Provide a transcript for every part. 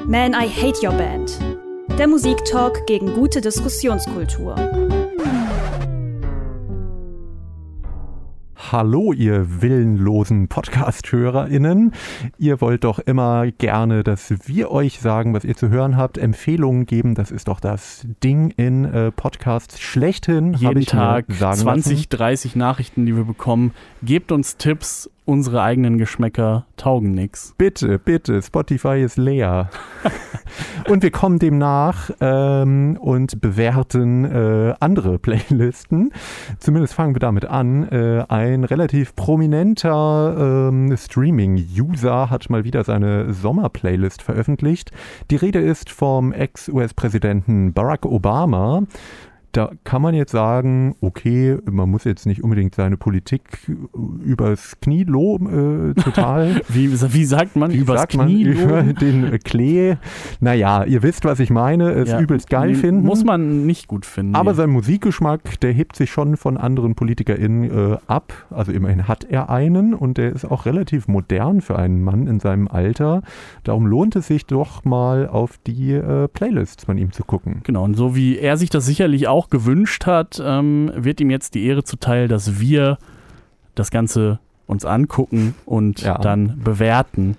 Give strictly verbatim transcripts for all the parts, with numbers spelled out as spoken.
Man, I Hate Your Band. Der Musiktalk gegen gute Diskussionskultur. Hallo, ihr willenlosen Podcast-HörerInnen. Ihr wollt doch immer gerne, dass wir euch sagen, was ihr zu hören habt, Empfehlungen geben. Das ist doch das Ding in äh, Podcasts schlechthin. Jeden ich Tag mir sagen zwanzig, lassen. dreißig Nachrichten, die wir bekommen. Gebt uns Tipps. Unsere eigenen Geschmäcker taugen nix. Bitte, bitte, Spotify ist leer. Und wir kommen demnach ähm, und bewerten äh, andere Playlisten. Zumindest fangen wir damit an. Äh, ein relativ prominenter ähm, Streaming-User hat mal wieder seine Sommer-Playlist veröffentlicht. Die Rede ist vom Ex-U S-Präsidenten Barack Obama. Da kann man jetzt sagen, okay, man muss jetzt nicht unbedingt seine Politik übers Knie loben, äh, total. wie, wie sagt man? Wie übers sagt Knie man über loben? den Klee? Naja, ihr wisst, was ich meine. Es Ja, übelst geil finden. Muss man nicht gut finden. Aber nee. sein Musikgeschmack, der hebt sich schon von anderen PolitikerInnen äh, ab. Also immerhin hat er einen und der ist auch relativ modern für einen Mann in seinem Alter. Darum lohnt es sich doch mal auf die äh, Playlists von ihm zu gucken. Genau, und so wie er sich das sicherlich auch gewünscht hat, ähm, wird ihm jetzt die Ehre zuteil, dass wir das Ganze uns angucken und Ja. dann bewerten.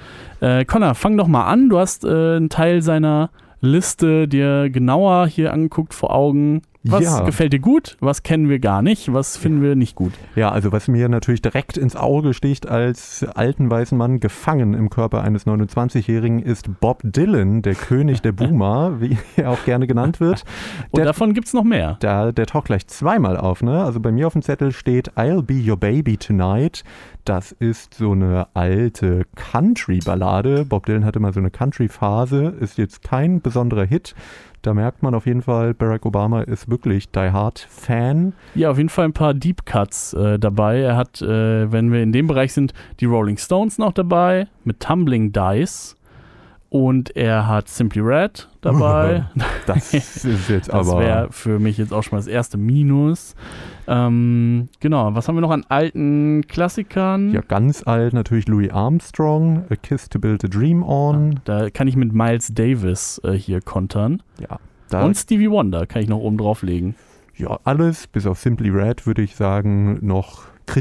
Äh, Connor, fang doch mal an. Du hast äh, einen Teil seiner Liste dir genauer hier angeguckt vor Augen. Was Ja. gefällt dir gut? Was kennen wir gar nicht? Was finden wir nicht gut? Ja, also was mir natürlich direkt ins Auge sticht als alten weißen Mann gefangen im Körper eines neunundzwanzigjährigen ist Bob Dylan, der König der Boomer, wie er auch gerne genannt wird. Und Der, davon gibt es noch mehr. der, der taucht gleich zweimal auf, ne? Also bei mir auf dem Zettel steht I'll Be Your Baby Tonight. Das ist so eine alte Country-Ballade. Bob Dylan hatte mal so eine Country-Phase, ist jetzt kein besonderer Hit. Da merkt man auf jeden Fall, Barack Obama ist wirklich Die Hard-Fan. Ja, auf jeden Fall ein paar Deep Cuts äh, dabei. Er hat, äh, wenn wir in dem Bereich sind, die Rolling Stones noch dabei mit Tumbling Dice. Und er hat Simply Red dabei. Das ist jetzt Das aber... wäre für mich jetzt auch schon mal das erste Minus. Ähm, genau, was haben wir noch an alten Klassikern? Ja, ganz alt natürlich Louis Armstrong, A Kiss to Build a Dream On. Da kann ich mit Miles Davis äh, hier kontern. Ja, da, Und Stevie Wonder kann ich noch oben drauflegen. ja, alles, bis auf Simply Red, würde ich sagen, noch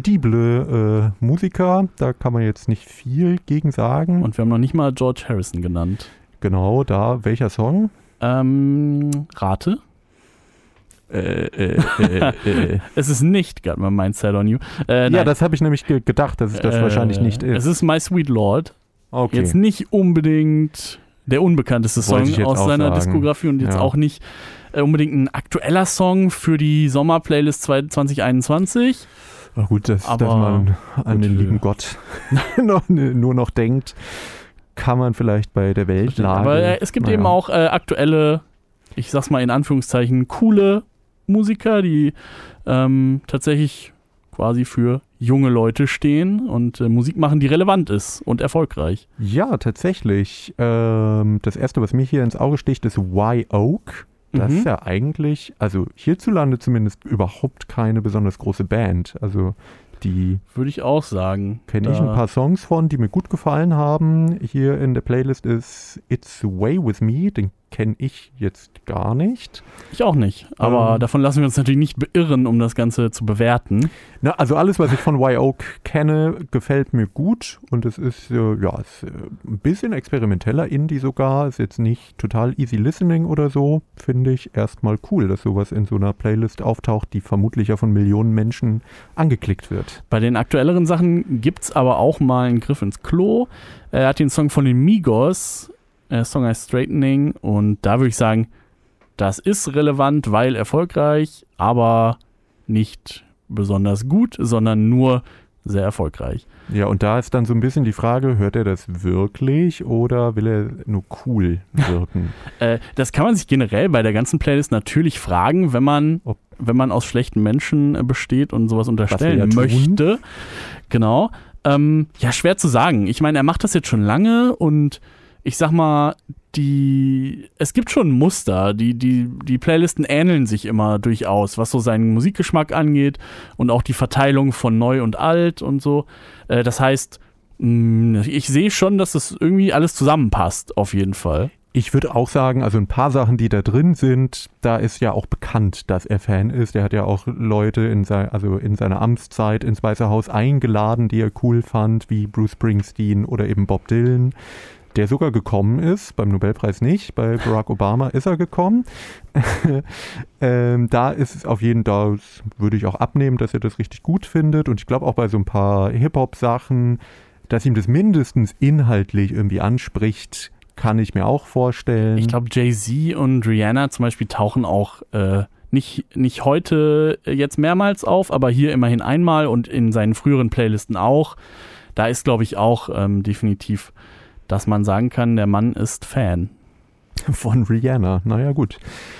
kredible äh, Musiker. Da kann man jetzt nicht viel gegen sagen. Und wir haben noch nicht mal George Harrison genannt. Genau, da, welcher Song? Ähm, Rate? Äh, äh, äh, äh. Es ist nicht Got My Mind Set on You. Äh, Ja, nein. das habe ich nämlich ge- gedacht, dass es das Äh, wahrscheinlich nicht Es ist. ist My Sweet Lord. Okay. Jetzt nicht unbedingt der unbekannteste Wollte Song ich jetzt aus auch seiner sagen. Diskografie und jetzt Ja. auch nicht äh, unbedingt ein aktueller Song für die Sommerplaylist zwanzig einundzwanzig. Na gut, dass, Aber dass man an gut, den äh, lieben Gott noch, nur noch denkt, kann man vielleicht bei der Weltlage. Aber äh, es gibt naja. eben auch äh, aktuelle, ich sag's mal in Anführungszeichen, coole Musiker, die ähm, tatsächlich quasi für junge Leute stehen und äh, Musik machen, die relevant ist und erfolgreich. Ja, tatsächlich. Ähm, das erste, was mir hier ins Auge sticht, ist Wye-Oak. Das Mhm. ist ja eigentlich, also hierzulande zumindest, überhaupt keine besonders große Band. Also die Würde ich auch sagen. kenne ich Da- ein paar Songs von, die mir gut gefallen haben. Hier in der Playlist ist It's Way With Me, den kenne ich jetzt gar nicht. Ich auch nicht. Aber Ähm. davon lassen wir uns natürlich nicht beirren, um das Ganze zu bewerten. Na, also alles, was ich von Wye-Oak kenne, gefällt mir gut und es ist, äh, ja, ist, äh, ein bisschen experimenteller Indie sogar, ist jetzt nicht total easy listening oder so, finde ich erstmal cool, dass sowas in so einer Playlist auftaucht, die vermutlich ja von Millionen Menschen angeklickt wird. Bei den aktuelleren Sachen gibt es aber auch mal einen Griff ins Klo. Er hat den Song von den Migos, der Song heißt Straightening, und da würde ich sagen, das ist relevant, weil erfolgreich, aber nicht besonders gut, sondern nur sehr erfolgreich. Ja, und da ist dann so ein bisschen die Frage, hört er das wirklich oder will er nur cool wirken? Äh, das kann man sich generell bei der ganzen Playlist natürlich fragen, wenn man, Ob- wenn man aus schlechten Menschen äh, besteht und sowas unterstellen wir ja tun. möchte. Genau. Ähm, ja, schwer zu sagen. Ich meine, er macht das jetzt schon lange und ich sag mal, die, es gibt schon Muster, die, die, die Playlisten ähneln sich immer durchaus, was so seinen Musikgeschmack angeht und auch die Verteilung von neu und alt und so. Äh, das heißt, Ich sehe schon, dass das irgendwie alles zusammenpasst, auf jeden Fall. Ich würde auch sagen, also ein paar Sachen, die da drin sind, da ist ja auch bekannt, dass er Fan ist. Er hat ja auch Leute in, sein, also in seiner Amtszeit ins Weiße Haus eingeladen, die er cool fand, wie Bruce Springsteen oder eben Bob Dylan, der sogar gekommen ist, beim Nobelpreis nicht, bei Barack Obama ist er gekommen. ähm, da ist es auf jeden Fall, würde ich auch abnehmen, dass er das richtig gut findet. Und ich glaube auch bei so ein paar Hip-Hop-Sachen, dass ihm das mindestens inhaltlich irgendwie anspricht, kann ich mir auch vorstellen. Ich glaube, Jay-Z und Rihanna zum Beispiel tauchen auch äh, nicht, nicht heute jetzt mehrmals auf, aber hier immerhin einmal und in seinen früheren Playlisten auch. Da ist, glaube ich, auch ähm, definitiv, dass man sagen kann, der Mann ist Fan. Von Rihanna, naja gut.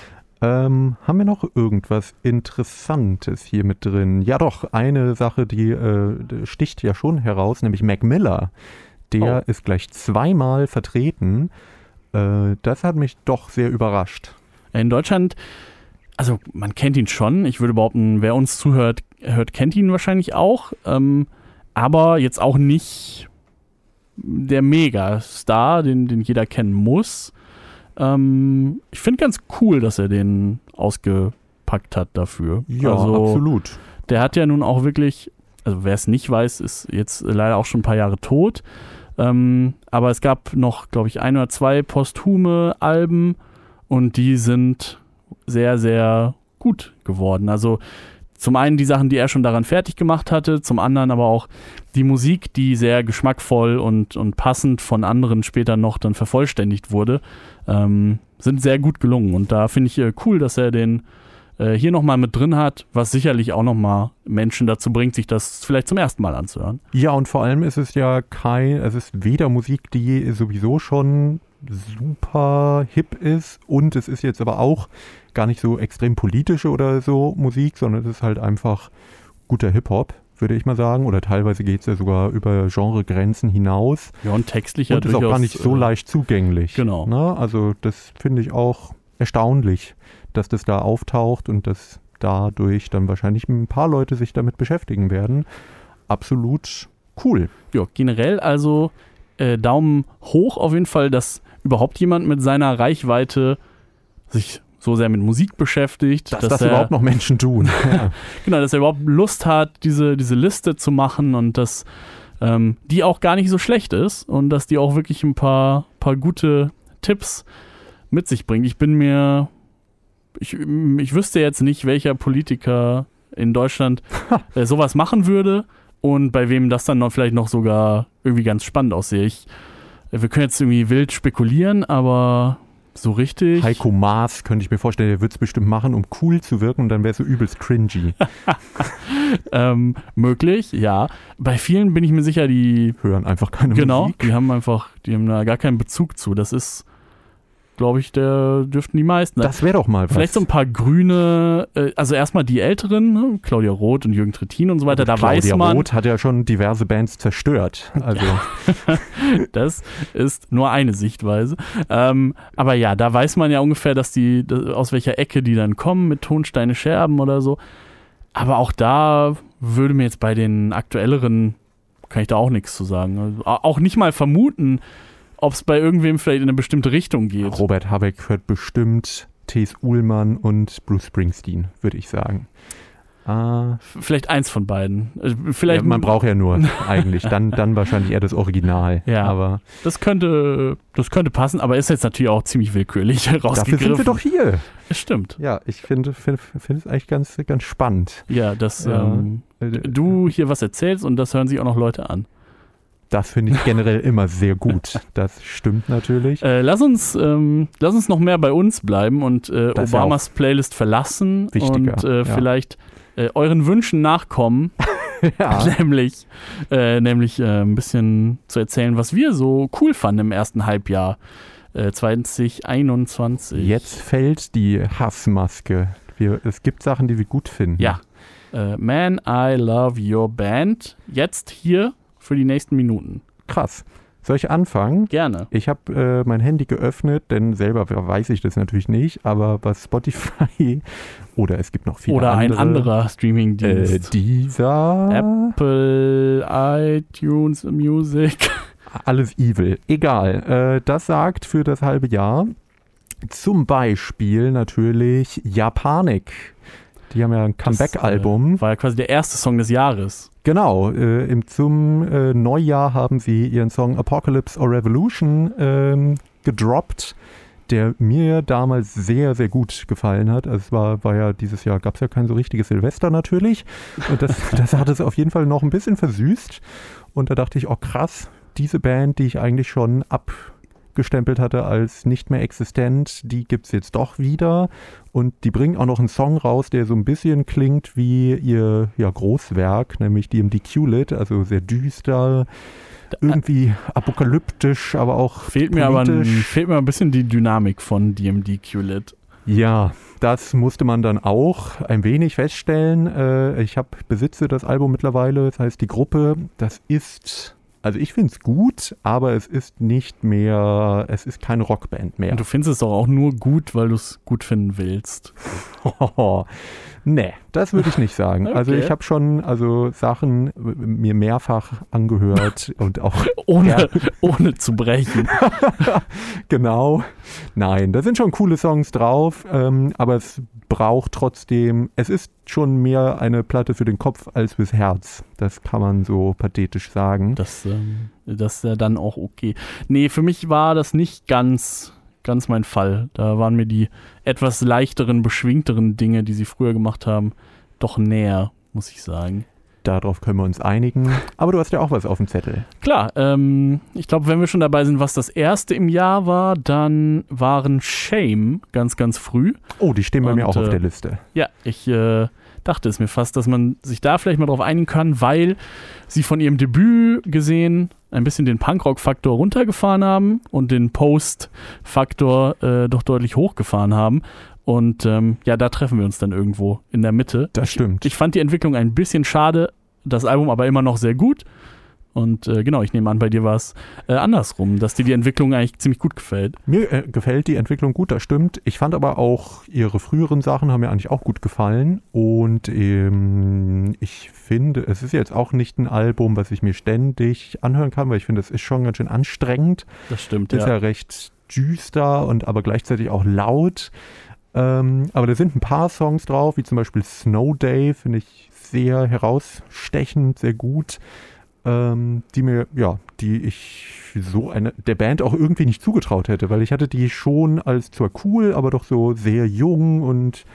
Ähm, haben wir noch irgendwas Interessantes hier mit drin? Ja doch, eine Sache, die äh, sticht ja schon heraus, nämlich Mac Miller. Der oh. ist gleich zweimal vertreten. Äh, das hat mich doch sehr überrascht. In Deutschland, also man kennt ihn schon. Ich würde behaupten, wer uns zuhört, hört, kennt ihn wahrscheinlich auch. Ähm, aber jetzt auch nicht der Megastar, den, den jeder kennen muss. Ähm, ich finde ganz cool, dass er den ausgepackt hat dafür. Ja, also, absolut. Der hat ja nun auch wirklich, also wer es nicht weiß, ist jetzt leider auch schon ein paar Jahre tot. Ähm, aber es gab noch, glaube ich, ein oder zwei posthume Alben und die sind sehr, sehr gut geworden. Also zum einen die Sachen, die er schon daran fertig gemacht hatte, zum anderen aber auch die Musik, die sehr geschmackvoll und, und passend von anderen später noch dann vervollständigt wurde, ähm, sind sehr gut gelungen. Und da finde ich äh, cool, dass er den äh, hier nochmal mit drin hat, was sicherlich auch nochmal Menschen dazu bringt, sich das vielleicht zum ersten Mal anzuhören. Ja, und vor allem ist es ja kein, es ist weder Musik, die sowieso schon super hip ist und es ist jetzt aber auch gar nicht so extrem politische oder so Musik, sondern es ist halt einfach guter Hip-Hop, würde ich mal sagen. Oder teilweise geht es ja sogar über Genregrenzen hinaus. Ja, und textlich ja und ist auch gar nicht so äh, leicht zugänglich. Genau. Ne? Also das finde ich auch erstaunlich, dass das da auftaucht und dass dadurch dann wahrscheinlich ein paar Leute sich damit beschäftigen werden. Absolut cool. Ja, generell also äh, Daumen hoch auf jeden Fall, dass überhaupt jemand mit seiner Reichweite sich so sehr mit Musik beschäftigt. Dass, dass das er, überhaupt noch Menschen tun. Ja. Genau, dass er überhaupt Lust hat, diese, diese Liste zu machen und dass ähm, die auch gar nicht so schlecht ist und dass die auch wirklich ein paar, paar gute Tipps mit sich bringt. Ich bin mir, ich, ich wüsste jetzt nicht, welcher Politiker in Deutschland äh, sowas machen würde und bei wem das dann noch vielleicht noch sogar irgendwie ganz spannend aussehe. Ich, wir können jetzt irgendwie wild spekulieren, aber so richtig. Heiko Maas könnte ich mir vorstellen, der wird es bestimmt machen, um cool zu wirken und dann wäre es so übelst cringy. ähm, möglich, ja. Bei vielen bin ich mir sicher, die hören einfach keine genau, Musik. Genau, die haben einfach, die haben da gar keinen Bezug zu. Das ist, glaube ich, der dürften die meisten. Das wäre doch mal was. Vielleicht so ein paar grüne, äh, also erstmal die Älteren, ne? Claudia Roth und Jürgen Trittin und so weiter, da Claudia weiß man. Claudia Roth hat ja schon diverse Bands zerstört. Also. Das ist nur eine Sichtweise. Ähm, aber ja, da weiß man ja ungefähr, dass die, aus welcher Ecke die dann kommen mit Tonsteine Scherben oder so. Aber auch da würde mir jetzt bei den aktuelleren, kann ich da auch nichts zu sagen. Also auch nicht mal vermuten, ob es bei irgendwem vielleicht in eine bestimmte Richtung geht. Robert Habeck hört bestimmt T.S. Uhlmann und Bruce Springsteen, würde ich sagen. Uh, vielleicht eins von beiden. Vielleicht ja, man braucht ja nur eigentlich. Dann, dann wahrscheinlich eher das Original. Ja, aber das könnte, das könnte passen, aber ist jetzt natürlich auch ziemlich willkürlich rausgegriffen. Dafür sind wir doch hier. Es stimmt. Ja, ich finde find, find es eigentlich ganz, ganz spannend. Ja, dass ja. Ähm, du hier was erzählst und das hören sich auch noch Leute an. Das finde ich generell immer sehr gut. Das stimmt natürlich. Äh, lass uns, ähm, lass uns noch mehr bei uns bleiben und äh, Obamas Playlist verlassen wichtiger, und äh, ja. vielleicht äh, euren Wünschen nachkommen. ja. Nämlich, äh, nämlich äh, ein bisschen zu erzählen, was wir so cool fanden im ersten Halbjahr äh, zwanzig einundzwanzig. Jetzt fällt die Hassmaske. Wir, es gibt Sachen, die wir gut finden. Ja. Äh, Man, I Love Your Band. Jetzt hier für die nächsten Minuten. Krass. Soll ich anfangen? Gerne. Ich habe äh, mein Handy geöffnet, denn selber weiß ich das natürlich nicht, aber was Spotify oder es gibt noch viele Oder andere. ein anderer Streamingdienst. Äh, dieser. Apple, iTunes, Music. Alles evil. Egal. Äh, das sagt für das halbe Jahr zum Beispiel natürlich Japanik. Die haben ja ein Comeback-Album. Das, äh, war ja quasi der erste Song des Jahres. Genau, äh, im, zum äh, Neujahr haben sie ihren Song Apocalypse or Revolution ähm, gedroppt, der mir damals sehr, sehr gut gefallen hat. Also es war, war ja dieses Jahr, gab es ja kein so richtiges Silvester natürlich. Und das, das hat es auf jeden Fall noch ein bisschen versüßt. Und da dachte ich, oh krass, diese Band, die ich eigentlich schon abgestempelt hatte als nicht mehr existent, die gibt es jetzt doch wieder. Und die bringen auch noch einen Song raus, der so ein bisschen klingt wie ihr ja, Großwerk, nämlich D M D Q-Lit, also sehr düster, irgendwie apokalyptisch, aber auch fehlt politisch. Mir aber ein, fehlt mir ein bisschen die Dynamik von D M D Q-Lit. Ja, das musste man dann auch ein wenig feststellen. Äh, ich hab, besitze das Album mittlerweile, das heißt die Gruppe, das ist... Also ich finde es gut, aber es ist nicht mehr, es ist keine Rockband mehr. Und du findest es doch auch nur gut, weil du es gut finden willst. Nee, das würde ich nicht sagen. Okay. Also ich habe schon also Sachen mir mehrfach angehört und auch ohne, ja. ohne zu brechen. Genau. Nein, da sind schon coole Songs drauf, ähm, aber es braucht trotzdem, es ist schon mehr eine Platte für den Kopf als fürs Herz. Das kann man so pathetisch sagen. Das, ähm, das ist ja dann auch okay. Nee, für mich war das nicht ganz... ganz mein Fall. Da waren mir die etwas leichteren, beschwingteren Dinge, die sie früher gemacht haben, doch näher, muss ich sagen. Darauf können wir uns einigen. Aber du hast ja auch was auf dem Zettel. Klar, ähm, ich glaube, wenn wir schon dabei sind, was das erste im Jahr war, dann waren Shame ganz, ganz früh. Oh, die stehen bei Und, mir auch äh, auf der Liste. Ja, ich äh, dachte es mir fast, dass man sich da vielleicht mal drauf einigen kann, weil sie von ihrem Debüt gesehen ein bisschen den Punkrock-Faktor runtergefahren haben und den Post-Faktor äh, doch deutlich hochgefahren haben. Und ähm, ja, da treffen wir uns dann irgendwo in der Mitte. Das stimmt. Ich, ich fand die Entwicklung ein bisschen schade, das Album aber immer noch sehr gut. Und äh, genau, ich nehme an, bei dir war es äh, andersrum, dass dir die Entwicklung eigentlich ziemlich gut gefällt. Mir äh, gefällt die Entwicklung gut, das stimmt. Ich fand aber auch, ihre früheren Sachen haben mir eigentlich auch gut gefallen. Und ähm, ich finde, es ist jetzt auch nicht ein Album, was ich mir ständig anhören kann, weil ich finde, es ist schon ganz schön anstrengend. Das stimmt, ist ja. ja recht düster und aber gleichzeitig auch laut. Ähm, aber da sind ein paar Songs drauf, wie zum Beispiel Snow Day, finde ich sehr herausstechend, sehr gut. Ähm, die mir, ja, die ich so eine, der Band auch irgendwie nicht zugetraut hätte, weil ich hatte die schon als zwar cool, aber doch so sehr jung und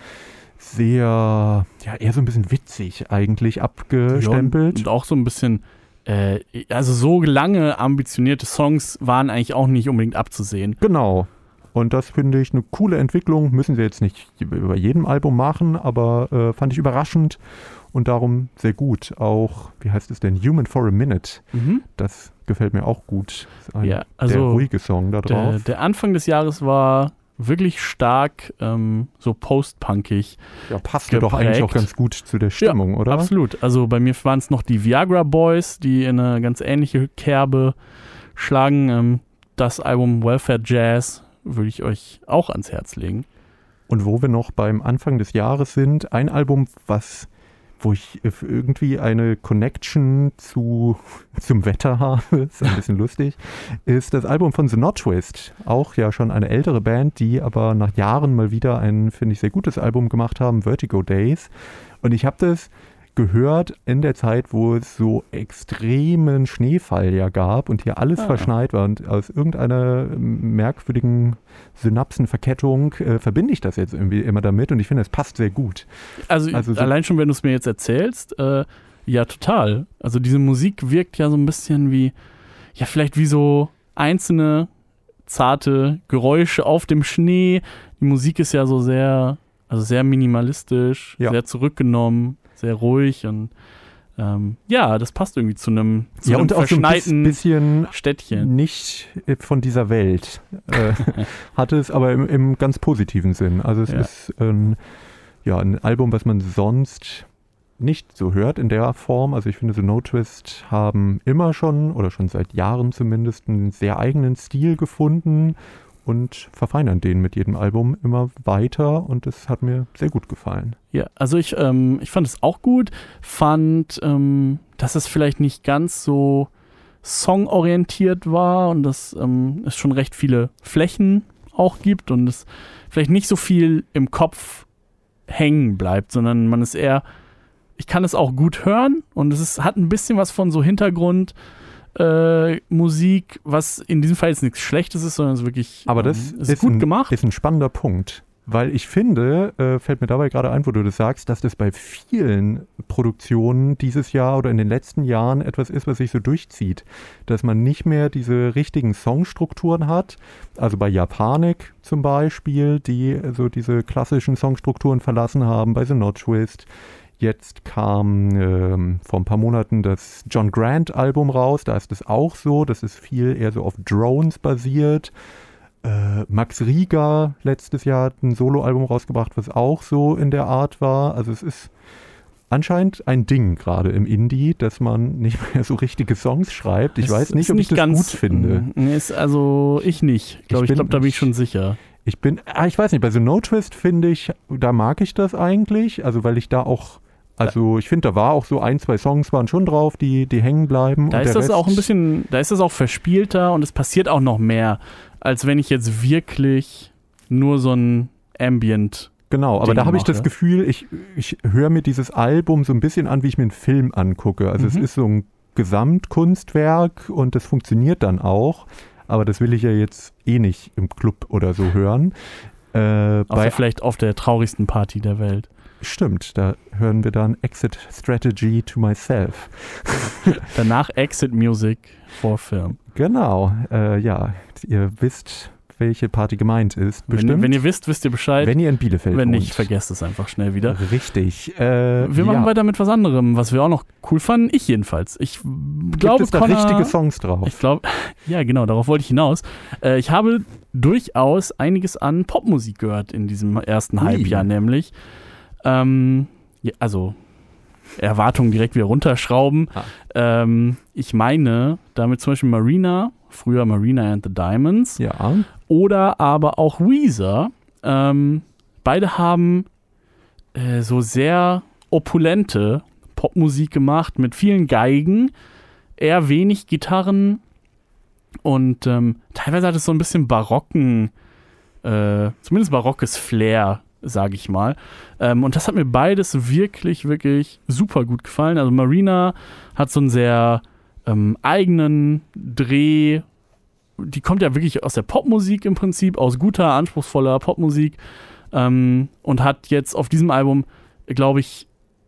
sehr, ja, eher so ein bisschen witzig eigentlich abgestempelt. Ja, und auch so ein bisschen, äh, also so lange ambitionierte Songs waren eigentlich auch nicht unbedingt abzusehen. Genau. Und das finde ich eine coole Entwicklung. Müssen sie jetzt nicht bei jedem Album machen, aber äh, fand ich überraschend und darum sehr gut. Auch, wie heißt es denn, Human for a Minute. Mhm. Das gefällt mir auch gut. Ist ein Ja, also der ruhige Song da drauf. Der, der Anfang des Jahres war wirklich stark ähm, so post-punkig. Ja, passt ja doch eigentlich auch ganz gut zu der Stimmung, ja, oder? Absolut. Also bei mir waren es noch die Viagra Boys, die in eine ganz ähnliche Kerbe schlagen. Ähm, das Album Welfare Jazz würde ich euch auch ans Herz legen. Und wo wir noch beim Anfang des Jahres sind, ein Album, was, wo ich irgendwie eine Connection zu, zum Wetter habe, ist ein bisschen lustig, ist das Album von The Knot Twist. Auch ja schon eine ältere Band, die aber nach Jahren mal wieder ein, finde ich, sehr gutes Album gemacht haben, Vertigo Days. Und ich habe das gehört in der Zeit, wo es so extremen Schneefall ja gab und hier alles ah. verschneit war und aus irgendeiner merkwürdigen Synapsenverkettung äh, verbinde ich das jetzt irgendwie immer damit und ich finde, es passt sehr gut. Also, also so allein schon, wenn du es mir jetzt erzählst, äh, ja, total. Also diese Musik wirkt ja so ein bisschen wie, ja, vielleicht wie so einzelne zarte Geräusche auf dem Schnee. Die Musik ist ja so sehr, also sehr minimalistisch, ja. sehr zurückgenommen, sehr ruhig und ähm, ja, das passt irgendwie zu einem, zu ja, einem und auch verschneiten so ein bisschen Städtchen. Nicht von dieser Welt. Äh, hatte es aber im, im ganz positiven Sinn. Also es ja. ist ein, ja, ein Album, was man sonst nicht so hört in der Form. Also ich finde, so No Twist haben immer schon oder schon seit Jahren zumindest einen sehr eigenen Stil gefunden und verfeinern den mit jedem Album immer weiter und das hat mir sehr gut gefallen. Ja, also ich, ähm, ich fand es auch gut, fand, ähm, dass es vielleicht nicht ganz so songorientiert war und dass ähm, es schon recht viele Flächen auch gibt und es vielleicht nicht so viel im Kopf hängen bleibt, sondern man ist eher, ich kann es auch gut hören und es ist, hat ein bisschen was von so Hintergrund Äh, Musik, was in diesem Fall jetzt nichts Schlechtes ist, sondern es ist wirklich Aber das ähm, ist, ist gut ein, gemacht. ist ein spannender Punkt, weil ich finde, äh, fällt mir dabei gerade ein, wo du das sagst, dass das bei vielen Produktionen dieses Jahr oder in den letzten Jahren etwas ist, was sich so durchzieht, dass man nicht mehr diese richtigen Songstrukturen hat, also bei Japanik zum Beispiel, die so diese klassischen Songstrukturen verlassen haben, bei The No Twist. Jetzt kam ähm, vor ein paar Monaten das John Grant-Album raus, da ist es auch so, das ist viel eher so auf Drones basiert. Äh, Max Rieger letztes Jahr hat ein Soloalbum rausgebracht, was auch so in der Art war. Also es ist anscheinend ein Ding gerade im Indie, dass man nicht mehr so richtige Songs schreibt. Ich es weiß nicht, ob nicht ich das ganz, gut finde. Ist also ich nicht. Ich glaube, ich, glaub, da bin ich schon sicher. Ich bin, ah, ich weiß nicht, bei The No Twist finde ich, da mag ich das eigentlich, also weil ich da auch Also ich finde, da war auch so ein, zwei Songs waren schon drauf, die, die hängen bleiben. Da und ist der das Rest, auch ein bisschen, da ist das auch verspielter und es passiert auch noch mehr, als wenn ich jetzt wirklich nur so ein Ambient. Genau, aber Ding da habe ich mache. das Gefühl, ich, ich höre mir dieses Album so ein bisschen an, wie ich mir einen Film angucke. Also Mhm. es ist so ein Gesamtkunstwerk und das funktioniert dann auch. Aber das will ich ja jetzt eh nicht im Club oder so hören. Äh, bei Außer vielleicht auf der traurigsten Party der Welt. Stimmt, da hören wir dann Exit Strategy to Myself. Danach Exit Music for Film. Genau, äh, ja, ihr wisst, welche Party gemeint ist, bestimmt. Wenn, wenn ihr wisst, wisst ihr Bescheid. Wenn ihr in Bielefeld Wenn wohnt. nicht, vergesst es einfach schnell wieder. Richtig. Äh, Wir machen ja. weiter mit was anderem, was wir auch noch cool fanden. Ich jedenfalls. Ich glaube, Gibt es da Connor, richtige Songs drauf? Ich glaube, ja genau, darauf wollte ich hinaus. Äh, ich habe durchaus einiges an Popmusik gehört in diesem ersten Ui. Halbjahr, nämlich. Ähm, ja, also Erwartungen direkt wieder runterschrauben. Ah. Ähm, ich meine damit zum Beispiel Marina, früher Marina and the Diamonds. Ja. Oder aber auch Weezer. Ähm, beide haben äh, so sehr opulente Popmusik gemacht mit vielen Geigen, eher wenig Gitarren und ähm, teilweise hat es so ein bisschen barocken, äh, zumindest barockes Flair, sage ich mal. Ähm, und das hat mir beides wirklich, wirklich super gut gefallen. Also Marina hat so einen sehr ähm, eigenen Dreh. Die kommt ja wirklich aus der Popmusik im Prinzip, aus guter, anspruchsvoller Popmusik ähm, und hat jetzt auf diesem Album, glaube ich,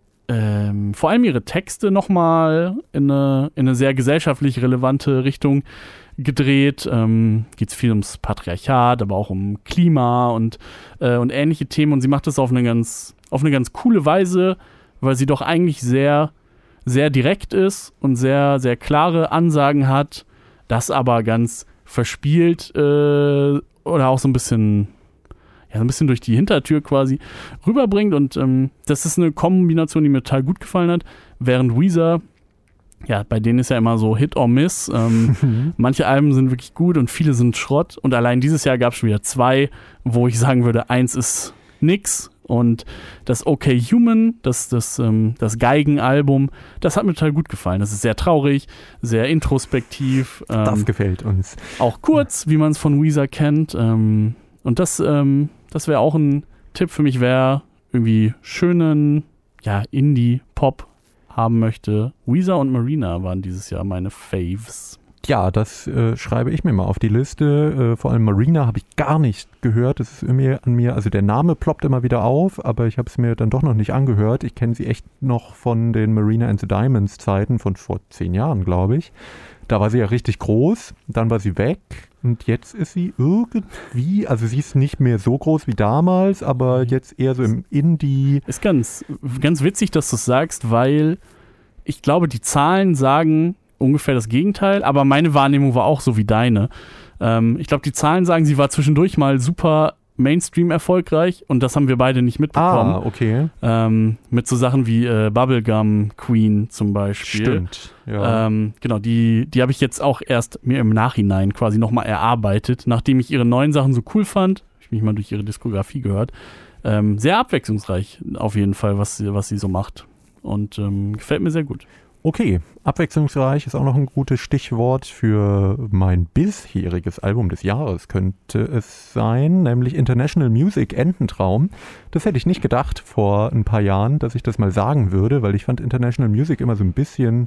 ähm, vor allem ihre Texte nochmal in eine, in eine sehr gesellschaftlich relevante Richtung gedreht. Ähm, geht es viel ums Patriarchat, aber auch um Klima und, äh, und ähnliche Themen und sie macht das auf eine ganz, auf eine ganz coole Weise, weil sie doch eigentlich sehr, sehr direkt ist und sehr, sehr klare Ansagen hat, das aber ganz verspielt äh, oder auch so ein bisschen, ja, so ein bisschen durch die Hintertür quasi rüberbringt. Und ähm, das ist eine Kombination, die mir total gut gefallen hat. Während Weezer, ja, bei denen ist ja immer so Hit or Miss. Ähm, manche Alben sind wirklich gut und viele sind Schrott. Und allein dieses Jahr gab es schon wieder zwei, wo ich sagen würde, eins ist nix. Und das Okay Human, das, das, ähm, das Geigenalbum, das hat mir total gut gefallen. Das ist sehr traurig, sehr introspektiv. Ähm, Das gefällt uns. Auch kurz, wie man es von Weezer kennt. Ähm, und das, ähm, das wäre auch ein Tipp für mich, wer irgendwie schönen ja, Indie-Pop haben möchte. Weezer und Marina waren dieses Jahr meine Faves. Ja, das äh, schreibe ich mir mal auf die Liste. Äh, vor allem Marina habe ich gar nicht gehört. Das ist irgendwie an mir, also der Name ploppt immer wieder auf, aber ich habe es mir dann doch noch nicht angehört. Ich kenne sie echt noch von den Marina and the Diamonds Zeiten von vor zehn Jahren, glaube ich. Da war sie ja richtig groß, dann war sie weg und jetzt ist sie irgendwie, also sie ist nicht mehr so groß wie damals, aber jetzt eher so im Indie. Ist ganz, ganz witzig, dass du es sagst, weil ich glaube, die Zahlen sagen ungefähr das Gegenteil, aber meine Wahrnehmung war auch so wie deine. Ähm, ich glaube, die Zahlen sagen, sie war zwischendurch mal super Mainstream erfolgreich und das haben wir beide nicht mitbekommen. Ah, okay. Ähm, mit so Sachen wie äh, Bubblegum Queen zum Beispiel. Stimmt, ja. Ähm, genau, die, die habe ich jetzt auch erst mir im Nachhinein quasi nochmal erarbeitet, nachdem ich ihre neuen Sachen so cool fand. Habe ich mich mal durch ihre Diskografie gehört. Ähm, sehr abwechslungsreich auf jeden Fall, was sie, was sie so macht. Und ähm, gefällt mir sehr gut. Okay, abwechslungsreich ist auch noch ein gutes Stichwort für mein bisheriges Album des Jahres, könnte es sein, nämlich International Music Ententraum. Das hätte ich nicht gedacht vor ein paar Jahren, dass ich das mal sagen würde, weil ich fand International Music immer so ein bisschen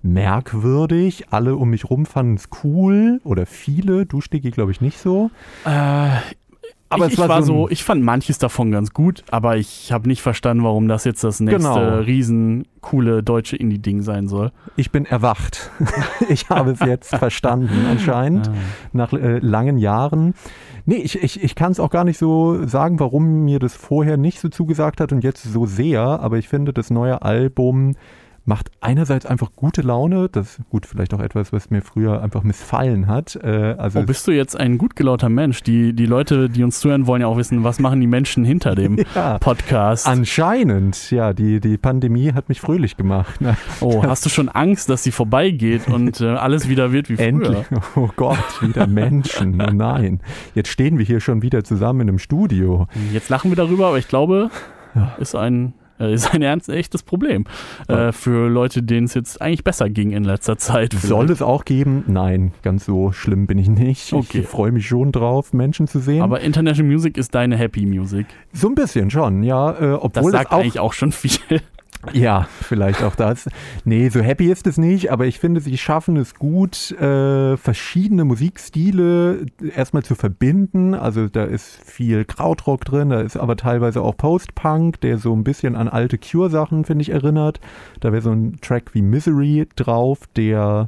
merkwürdig. Alle um mich rum fanden es cool oder viele, du Stigi glaube ich nicht so. Äh, Aber ich, es war, ich war so, so, ich fand manches davon ganz gut, aber ich habe nicht verstanden, warum das jetzt das nächste Genau. riesen coole deutsche Indie-Ding sein soll. Ich bin erwacht. Ich habe es jetzt verstanden anscheinend, Ah. nach äh, langen Jahren. Nee, ich, ich, ich kann es auch gar nicht so sagen, warum mir das vorher nicht so zugesagt hat und jetzt so sehr, aber ich finde, das neue Album macht einerseits einfach gute Laune, das ist gut, vielleicht auch etwas, was mir früher einfach missfallen hat. Äh, also Oh, bist du jetzt ein gut gelauter Mensch? Die, die Leute, die uns zuhören, wollen ja auch wissen, was machen die Menschen hinter dem ja, Podcast? anscheinend, ja, die, die Pandemie hat mich fröhlich gemacht. Ne? Oh, hast du schon Angst, dass sie vorbeigeht und äh, alles wieder wird wie früher? Endlich, oh Gott, wieder Menschen, oh nein. Jetzt stehen wir hier schon wieder zusammen in einem Studio. Jetzt lachen wir darüber, aber ich glaube, ist ein... ist ein ernst, echtes Problem Ja. äh, für Leute, denen es jetzt eigentlich besser ging in letzter Zeit. Soll es auch geben? Nein, ganz so schlimm bin ich nicht. Okay. Ich freue mich schon drauf, Menschen zu sehen. Aber International Music ist deine Happy Music. so ein bisschen schon, ja. Äh, Das obwohl sagt es auch, eigentlich auch schon viel. ja, vielleicht auch das. Nee, so happy ist es nicht, aber ich finde, sie schaffen es gut, äh, verschiedene Musikstile erstmal zu verbinden. Also da ist viel Krautrock drin, da ist aber teilweise auch Post-Punk, der so ein bisschen an alte Cure-Sachen, finde ich, erinnert. Da wäre so ein Track wie Misery drauf, der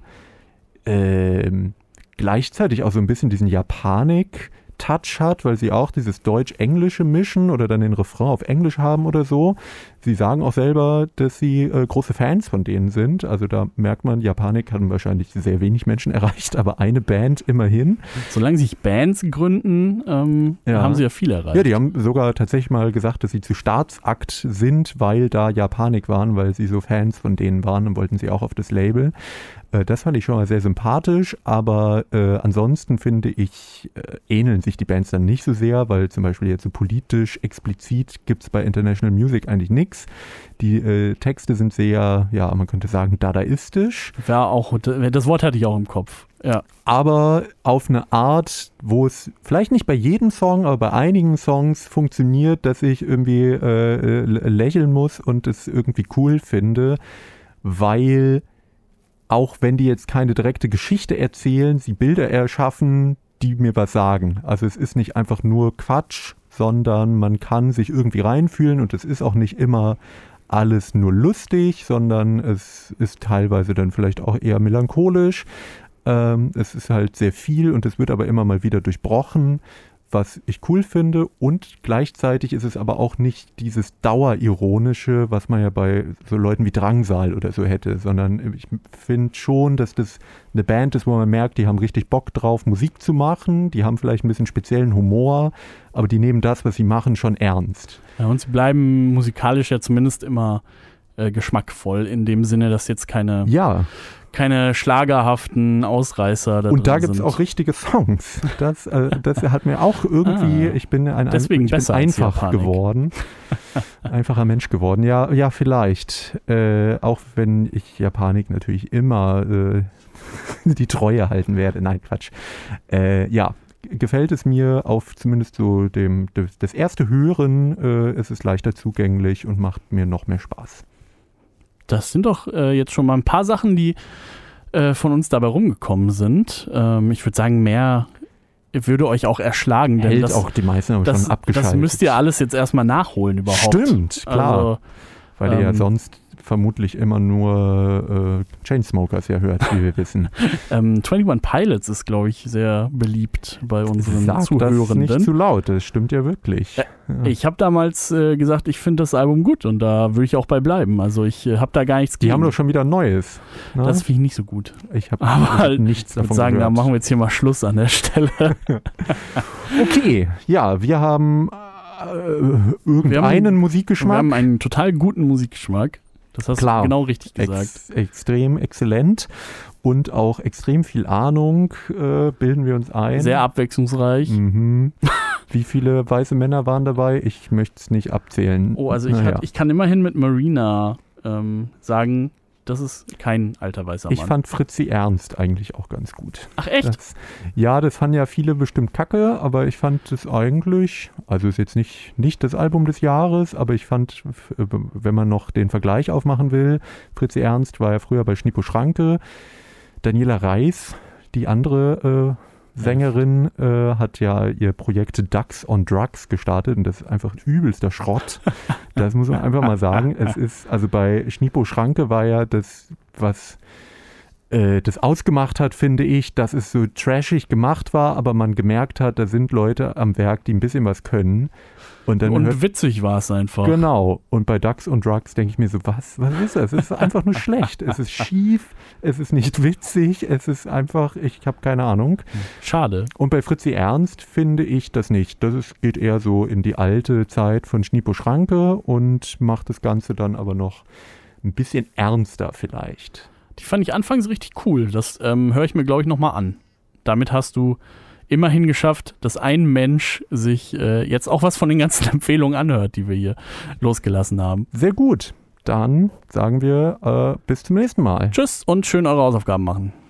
ähm, gleichzeitig auch so ein bisschen diesen Japanik Touch hat, weil sie auch dieses Deutsch-Englische mischen oder dann den Refrain auf Englisch haben oder so. Sie sagen auch selber, dass sie äh, große Fans von denen sind. Also da merkt man, Japanik haben wahrscheinlich sehr wenig Menschen erreicht, aber eine Band immerhin. Solange sich Bands gründen, ähm, Ja. haben sie ja viel erreicht. Ja, die haben sogar tatsächlich mal gesagt, dass sie zu Staatsakt sind, weil da Japanik waren, weil sie so Fans von denen waren und wollten sie auch auf das Label. Äh, das fand ich schon mal sehr sympathisch, aber äh, ansonsten finde ich, äh, ähneln sich die Bands dann nicht so sehr, weil zum Beispiel jetzt so politisch explizit gibt es bei International Music eigentlich nichts. Die äh, Texte sind sehr, ja, man könnte sagen, dadaistisch. War auch, das Wort hatte ich auch im Kopf. Ja. Aber auf eine Art, wo es vielleicht nicht bei jedem Song, aber bei einigen Songs funktioniert, dass ich irgendwie äh, lächeln muss und es irgendwie cool finde, weil auch wenn die jetzt keine direkte Geschichte erzählen, sie Bilder erschaffen, die mir was sagen. Also es ist nicht einfach nur Quatsch, sondern man kann sich irgendwie reinfühlen und es ist auch nicht immer alles nur lustig, sondern es ist teilweise dann vielleicht auch eher melancholisch. Ähm, es ist halt sehr viel und es wird aber immer mal wieder durchbrochen, was ich cool finde, und gleichzeitig ist es aber auch nicht dieses Dauerironische, was man ja bei so Leuten wie Drangsal oder so hätte, sondern ich finde schon, dass das eine Band ist, wo man merkt, die haben richtig Bock drauf, Musik zu machen, die haben vielleicht ein bisschen speziellen Humor, aber die nehmen das, was sie machen, schon ernst. Ja, und sie bleiben musikalisch ja zumindest immer äh, geschmackvoll, in dem Sinne, dass jetzt keine, Ja, keine schlagerhaften Ausreißer da und da drin gibt es sind. auch richtige Songs. Das, äh, das hat mir auch irgendwie, Ah, ich bin ein, ein deswegen ich bin besser als einfach Japanik. geworden. Einfacher Mensch geworden. Ja, ja, vielleicht. Äh, auch wenn ich Japanik natürlich immer äh, die Treue halten werde. Nein, Quatsch. Äh, ja, gefällt es mir auf zumindest so dem das, das erste Hören, äh, ist es leichter zugänglich und macht mir noch mehr Spaß. Das sind doch äh, jetzt schon mal ein paar Sachen, die äh, von uns dabei rumgekommen sind. Ähm, ich würde sagen, mehr würde euch auch erschlagen. Denn Hält das, auch die meisten aber das, schon abgeschaltet. das müsst ihr alles jetzt erstmal nachholen überhaupt. Stimmt, klar. Also, Weil ihr ja ähm, sonst vermutlich immer nur äh, Chainsmokers ja hört, wie wir wissen. ähm, einundzwanzig Pilots ist, glaube ich, sehr beliebt bei unseren Sag Zuhörenden. das nicht zu laut, das stimmt ja wirklich. Äh, ja. Ich habe damals äh, gesagt, ich finde das Album gut und da würde ich auch bei bleiben. Also ich äh, habe da gar nichts Die gegen. haben doch schon wieder Neues. Ne? Das finde ich nicht so gut. Ich habe Aber nichts ich würde davon sagen, gehört. da machen wir jetzt hier mal Schluss an der Stelle. Okay, ja, wir haben äh, irgendeinen Wir haben- Musikgeschmack. Wir haben einen total guten Musikgeschmack. Das hast Klar. du genau richtig gesagt. Ex extrem exzellent und auch extrem viel Ahnung äh, bilden wir uns ein. Sehr abwechslungsreich. Mhm. Wie viele weiße Männer waren dabei? Ich möchte es nicht abzählen. Oh, also ich, Naja. hat, ich kann immerhin mit Marina ähm, sagen, das ist kein alter weißer Mann. Ich fand Fritzi Ernst eigentlich auch ganz gut. Ach echt? Das, ja, das fanden ja viele bestimmt kacke, aber ich fand es eigentlich, also ist jetzt nicht, nicht das Album des Jahres, aber ich fand, f- wenn man noch den Vergleich aufmachen will, Fritzi Ernst war ja früher bei Schnippo Schranke, Daniela Reis, die andere äh, Sängerin, äh, hat ja ihr Projekt Ducks on Drugs gestartet und das ist einfach übelster Schrott. Das muss man einfach mal sagen. Es ist, also bei Schnippo Schranke war ja das, was äh, das ausgemacht hat, finde ich, dass es so trashig gemacht war, aber man gemerkt hat, da sind Leute am Werk, die ein bisschen was können. Und dann Und hört, witzig war es einfach. genau. Und bei Ducks on Drugs denke ich mir so, was, was ist das? Es ist einfach nur schlecht. Es ist schief, es ist nicht witzig, es ist einfach, ich habe keine Ahnung. Schade. Und bei Fritzi Ernst finde ich das nicht. Das ist, geht eher so in die alte Zeit von Schnippo Schranke und macht das Ganze dann aber noch ein bisschen ernster vielleicht. Die fand ich anfangs richtig cool. Das ähm, höre ich mir, glaube ich, nochmal an. Damit hast du immerhin geschafft, dass ein Mensch sich äh, jetzt auch was von den ganzen Empfehlungen anhört, die wir hier losgelassen haben. Sehr gut. Dann sagen wir äh, bis zum nächsten Mal. Tschüss und schön eure Hausaufgaben machen.